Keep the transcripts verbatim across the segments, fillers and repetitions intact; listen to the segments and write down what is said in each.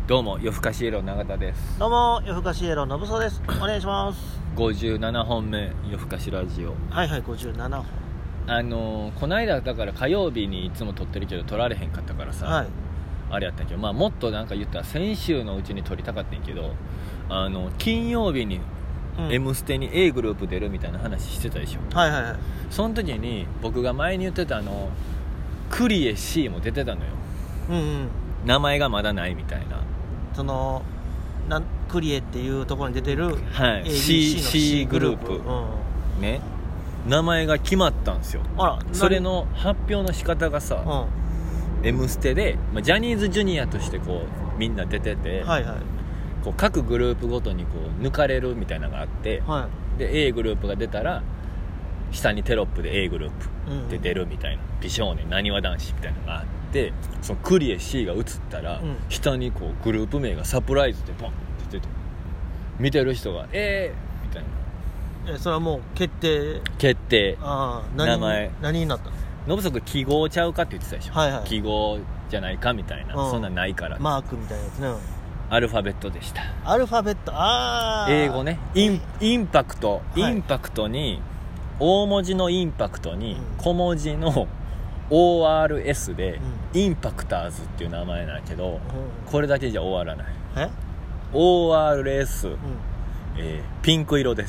どうも夜更かしイエロー永田です。 どうも夜更かしイエローのぶそです。お願いします。 ごじゅうななほんめ夜更かしラジオ。 はいはい、ごじゅうななほん。 あのー、こないだだから火曜日にいつも撮ってるけど撮られへんかったからさ、 はい、 あれやったけど、まあもっとなんか言ったら先週のうちに撮りたかったんやけど、あの金曜日にうん、 M ステに A グループ出るみたいな話してたでしょ。 はいはいはい。 その時に僕が前に言ってたあのクリエ C も出てたのよ。 うんうん。 名前がまだないみたいな。 そのなんクリエっていうところに出てる、 はい、 エービーシー の C グループ、 グループ、うん、ね、名前が決まったんですよ。 あら、 それの発表の仕方がさ、うん、M ステで、まあ、ジャニーズジュニアとしてこうみんな出てて、はいはい、こう各グループごとにこう抜かれるみたいなのがあって、はい、で A グループが出たら下にテロップで A グループで出るみたいな、うん、美少年なにわ男子みたいなのがあって、そのクリエ C が映ったら、うん、下にこうグループ名がサプライズでボンって出て、見てる人がえーみたいな。 えそれはもう決定決定。 あ名前何になったの？ のぶそく記号ちゃうかって言ってたでしょ、はいはい、記号じゃないかみたいな、うん、そんなんないからマークみたいなやつね。 アルファベットでした。 アルファベット、あー英語ね。イン、インパクト、はい、インパクトに大文字のインパクトに小文字の オーアールエス で、うん、インパクターズっていう名前なんやけど、うん、これだけじゃ終わらない。 えオーアールエス、うん、えー、ピンク色です。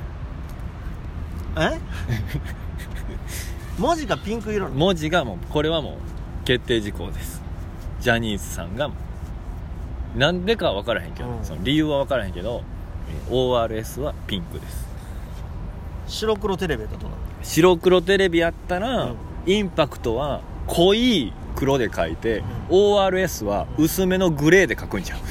え文字がピンク色なの？ 文字がもうこれはもう決定事項です。ジャニーズさんがなんでかは分からへんけど、うん、その理由は分からへんけど オーアールエス はピンクです。 白黒テレビだとなの？ 白黒テレビやったら、うん、インパクトは濃い黒で書いて、うん、オーアールエス は薄めのグレーで書くんじゃん。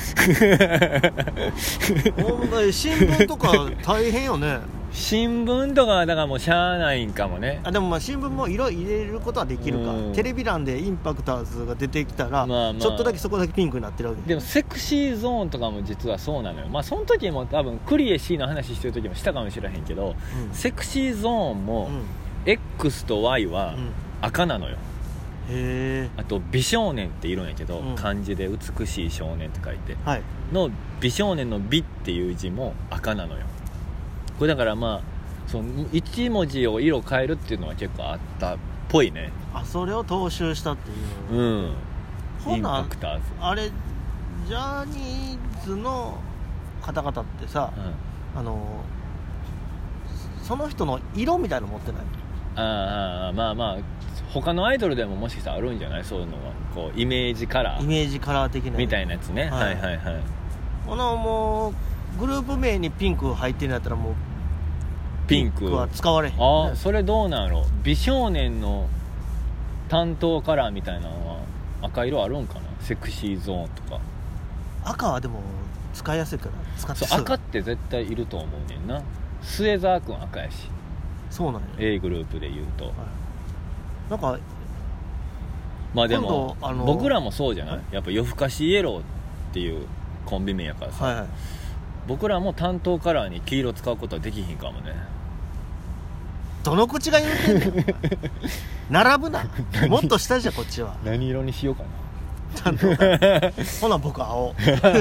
ほんまに新聞とか大変よね。 新聞とかはだからもうしゃあないんかもね。 あでもまあ新聞も色入れることはできるか、うん、テレビ欄でインパクターズが出てきたら、まあまあ、ちょっとだけそこだけピンクになってるわけでもセクシーゾーンとかも実はそうなのよ。まあその時も多分クリエ C の話してる時もしたかもしれへんけど、うん、セクシーゾーンも、うん、X と Y は赤なのよ、うん、へー。あと美少年っているんやけど、うん、漢字で美しい少年って書いて、はい、の美少年の美っていう字も赤なのよ。これだからまあそのいち文字を色変えるっていうのは結構あったっぽいね。 あ、それを踏襲したっていう。うん。 インパクターズ。あれジャニーズの方々ってさ、うん、あのその人の色みたいなの持ってない？ ああ、まあまあ他のアイドルでももしかしたらあるんじゃない？そういうのはこうイメージカラー。 イメージカラー的な。 みたいなやつね。はい、はいはいはい。 このもうグループ名にピンク入ってるんだったらもう。 ピンクは使われへん、ね、 ああ、それどうなんやろ。美少年の担当カラーみたいなのは赤色あるんかな。セクシーゾーンとか。 赤はでも使いやすいから使ってそう。赤って絶対いると思うねんな。末澤君赤やし。 そうなんや。 A グループで言うと、はい、 なんかまあでも、あのー、僕らもそうじゃない。やっぱ夜更かしイエローっていうコンビ名やからさ、はいはい、僕らも担当カラーに黄色使うことはできひんかもね。 どの口が言うてんの並ぶな。もっと下じゃこっちは。 何色にしようかな。ほな僕青。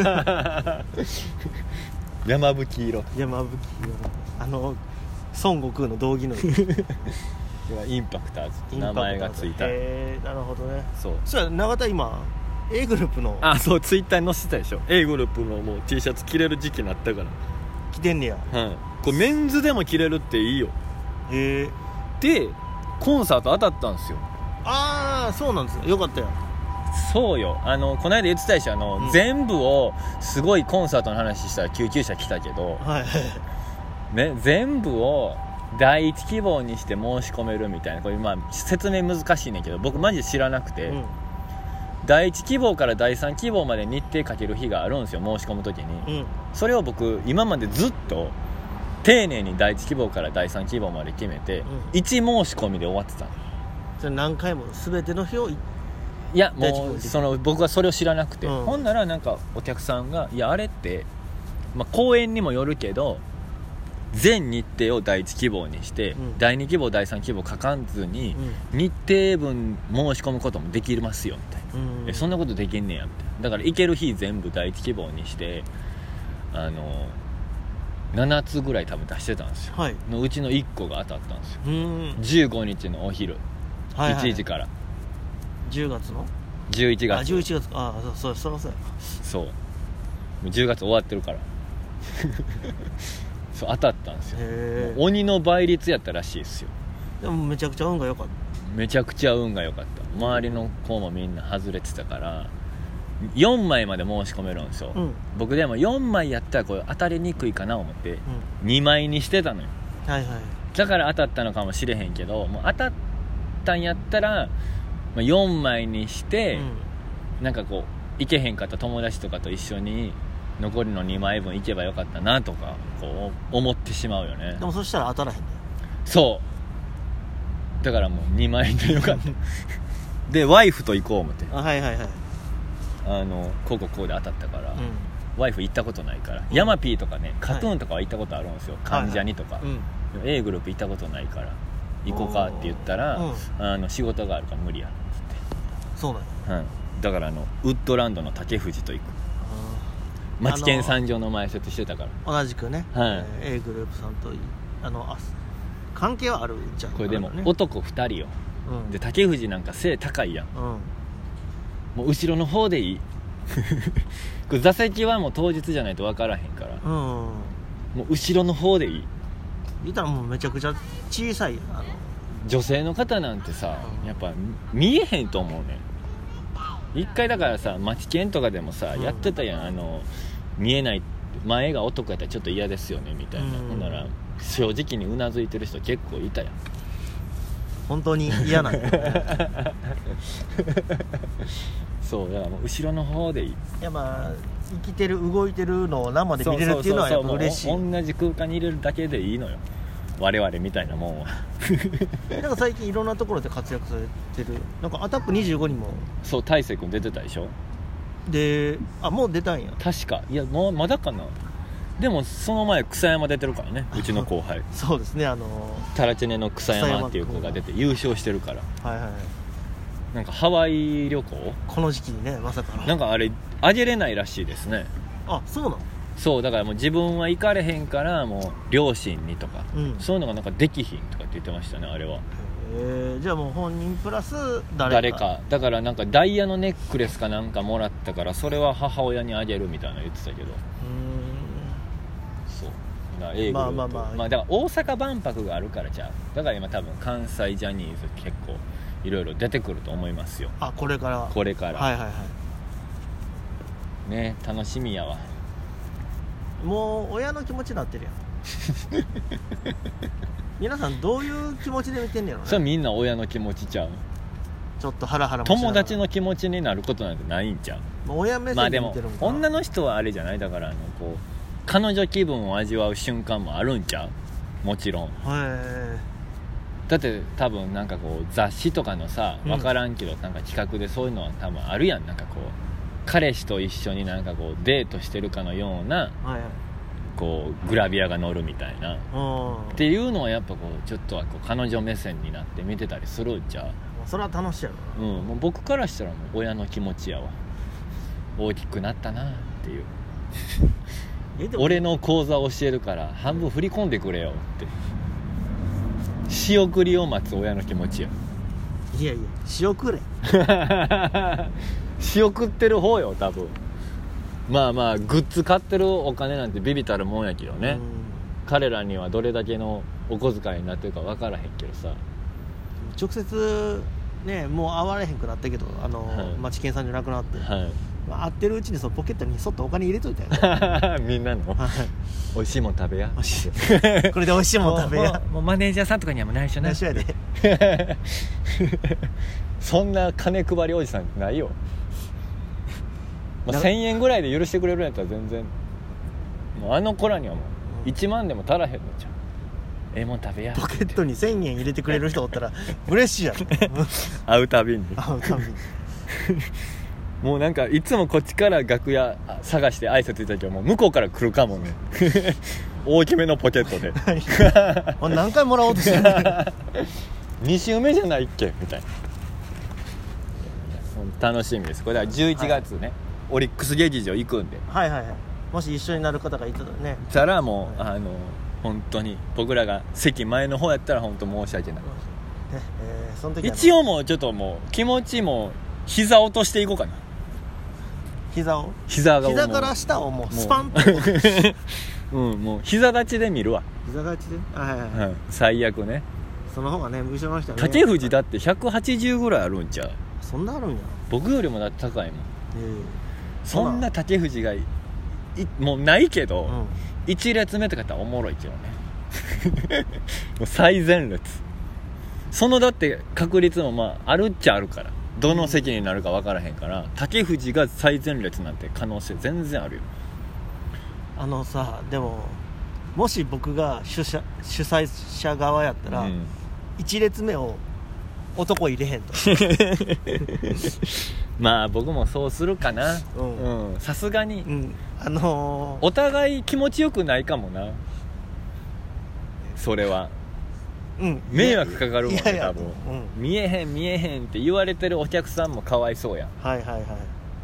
山吹色。 山吹色。あの孫悟空の道着の色。 インパクターズって名前がついた。 へー、なるほどね。 そう。 それ永田今A グループの、 あ、そう、ツイッターに載せてたでしょ。 A グループのもう T シャツ着れる時期になったから。 着てんねや。 はい。これメンズでも着れるっていいよ。 へえ。 でコンサート当たったんですよ。 ああ、そうなんですよ。よかったよ。 そうよ。あのこの間言ってたでしょ。あの、うん、全部をすごいコンサートの話したら救急車来たけど、はいね、全部を第一希望にして申し込めるみたいな。これまあ説明難しいねんけど、僕マジで知らなくて、うん、第一希望から第三希望まで日程かける日があるんですよ、申し込むときに、うん、それを僕今までずっと丁寧に第一希望から第三希望まで決めて、うん、いち申し込みで終わってたの。 それ何回も全ての日をいやもうその僕はそれを知らなくて、うん、ほんならなんかお客さんがいやあれって、まあ、公演にもよるけど全日程を第一希望にして、うん、だいに希望だいさん希望書かずに、うん、日程分申し込むこともできますよみたいな、うん、えそんなことできんねやみたいな。だから行ける日全部第一希望にしてあのななつぐらい多分出してたんですよ、はい、のうちのいっこが当たったんですよ。うんじゅうごにちのお昼、はいはい、いちじからじゅうがつのじゅういちがつあじゅういちがつあそうそうそうそうもうじゅうがつ終わってるからそう当たったんですよ。もう鬼の倍率やったらしいですよ。 でもめちゃくちゃ運が良かった。 めちゃくちゃ運が良かった。周りの子もみんな外れてたからよんまいまで申し込めるんですよ、うん、僕でもよんまいやったらこれ当たりにくいかな思って、うん、にまいにしてたのよ、はいはい、だから当たったのかもしれへんけどもう当たったんやったら、まあ、よんまいにして、うん、なんかこう行けへんかった友達とかと一緒に残りのにまいぶん行けばよかったなとかこう思ってしまうよね。 でもそしたら当たらへんね。 そうだからもうにまいでよかったでワイフと行こう思ってあはいはいはいあのこうこうこうで当たったから、うん、ワイフ行ったことないから、うん、ヤマピーとかねカトゥーンとかは行ったことあるんですよ、はい、関ジャニとか、はいはいうん、でも A グループ行ったことないから行こうかって言ったら、うん、あの仕事があるから無理やっつってそうなんや、 うん、だからあのウッドランドの竹藤と行くマチケン参上の前説してたから同じくね、はいえー、A グループさんとあのあ関係はあるんじゃんこれでも、ね、男ふたりよ、うん、で竹藤なんか背高いやん、うん、もう後ろの方でいいこれ座席はもう当日じゃないと分からへんから、うん、もう後ろの方でいい。 見たらもうめちゃくちゃ小さいあの女性の方なんてさ、うん、やっぱ見えへんと思うね。一回だからさマチケンとかでもさ、うん、やってたやんあの見えない前が男やったらちょっと嫌ですよねみたいな、うん、ほんなら正直にうなずいてる人結構いたやん。 本当に嫌なんだそうだからもう後ろの方でいい。いやまあ生きてる動いてるのを生で見れるっていうのはやっぱ嬉しい。 そうそうそうそう同じ空間に入れるだけでいいのよ我々みたいなもんはなんか最近いろんなところで活躍されてるなんかアタックにじゅうごにもそう大勢君出てたでしょ。 であもう出たんや確かいやもうまだかな。でもその前草山出てるからねうちの後輩そうですねあのタラチネの草山っていう子が出て優勝してるからはいはいなんかハワイ旅行この時期にねまさかのなんかあれあげれないらしいですね。 あそうなの。 そうだからもう自分は行かれへんからもう両親にとか、うん、そういうのがなんかできひんとかって言ってましたねあれは。 へえじゃあもう本人プラス誰か誰かだからなんかダイヤのネックレスかなんかもらったからそれは母親にあげるみたいなの言ってたけどうーんそうだから A グループまあまあまあ、まあ、だから大阪万博があるからじゃあだから今多分関西ジャニーズ結構いろいろ出てくると思いますよ。 あこれからこれからはいはいはいね楽しみやわ。 もう親の気持ちになってるやん皆さんどういう気持ちで見てんねやろね。 それみんな親の気持ちちゃう。 ちょっとハラハラもしながら友達の気持ちになることなんてないんちゃう。 もう親目線で見てるもんな。 まあでも女の人はあれじゃないだからあのこう彼女気分を味わう瞬間もあるんちゃうもちろん。へだって多分なんかこう雑誌とかのさ分からんけど、うん、なんか企画でそういうのは多分あるやん。なんかこう彼氏と一緒になんかこうデートしてるかのような、はいはい、こうグラビアが乗るみたいなっていうのはやっぱこうちょっとはこう彼女目線になって見てたりするんちゃう。 それは楽しいやろな、うん、もう僕からしたらもう親の気持ちやわ。大きくなったなっていう俺の口座を教えるから半分振り込んでくれよって仕送りを待つ親の気持ちや。 いやいや仕送れ仕送ってる方よ多分。まあまあグッズ買ってるお金なんてビビたるもんやけどね。彼らにはどれだけのお小遣いになってるか分からへんけどさ。 直接ねもう会われへんくなったけどあの、はい、マチケンさんじゃなくなって、はいまあ、会ってるうちにそのポケットにそっとお金入れといたよみんなの、はい、美味しいもん食べやこれで美味しいもん食べやもう、もうマネージャーさんとかにはもう内緒内緒やでそんな金配りおじさんないよ、まあ、せんえんぐらいで許してくれるんやったら全然もうあの子らにはもういちまんでも足らへんのじゃん。ええもん食べやポケットにせんえん入れてくれる人おったら嬉しいやん会うたびに会うたびにもうなんかいつもこっちから楽屋探して挨拶いたけどもう向こうから来るかもね大きめのポケットで何回もらおうとしてるに週目じゃないっけみたいな。楽しみです。これはじゅういちがつね、はい、オリックス劇場行くんで、 はいはいはい、もし一緒になる方がいたらね、 たらもう、はい、あの本当に僕らが席前の方やったら本当申し訳ない、ねえー、その時は、ね、 一応もうちょっともう気持ちも膝落としていこうかな。 膝を膝が膝から下をもうスパンとうん、もう膝立ちで見るわ。 膝立ちで、はいはいはい、 うん、最悪ね。 その方がね、後ろの人はね、 竹藤だってひゃくはちじゅうぐらいあるんちゃう。 そんなあるんや。僕よりもだって高いもん、えー、 そんな竹藤がいもうないけど、うん、いち列目とかやったらおもろいけどねもう最前列、そのだって確率もまああるっちゃあるから、どの席になるか分からへんから、うん、竹藤が最前列なんて可能性全然あるよ。 あのさ、でももし僕が主者主催者側やったら、うん、いち列目を男入れへんとまあ僕もそうするかな。さすがに、うん、あのー、お互い気持ちよくないかもな、それは。うん、迷惑かかるもんね、多分。いやいや、うん、見えへん見えへんって言われてるお客さんもかわいそうやん。 はいはいはいね。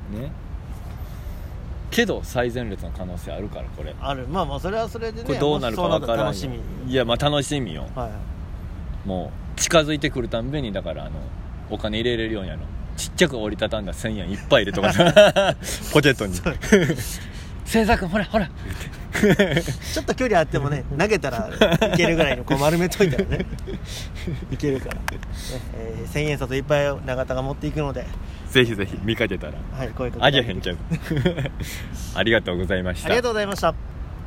けど最前列の可能性あるから、これある。まあまあそれはそれでね、 これどうなるか分からんよ。 楽しみ。 いやまあ楽しみよ、はいはい、もう近づいてくるたんびにだから、あのお金入れれるように、あのちっちゃく折りたたんだせんえんいっぱい入れとかポケットに星座君ほらほらちょっと距離あってもね、投げたらいけるぐらいのこう丸めといたらねいけるから、ねえー、千円札いっぱい永田が持っていくので、 ぜひぜひ見かけたら、 はい、声かけてあげへんけどありがとうございました。 ありがとうございました。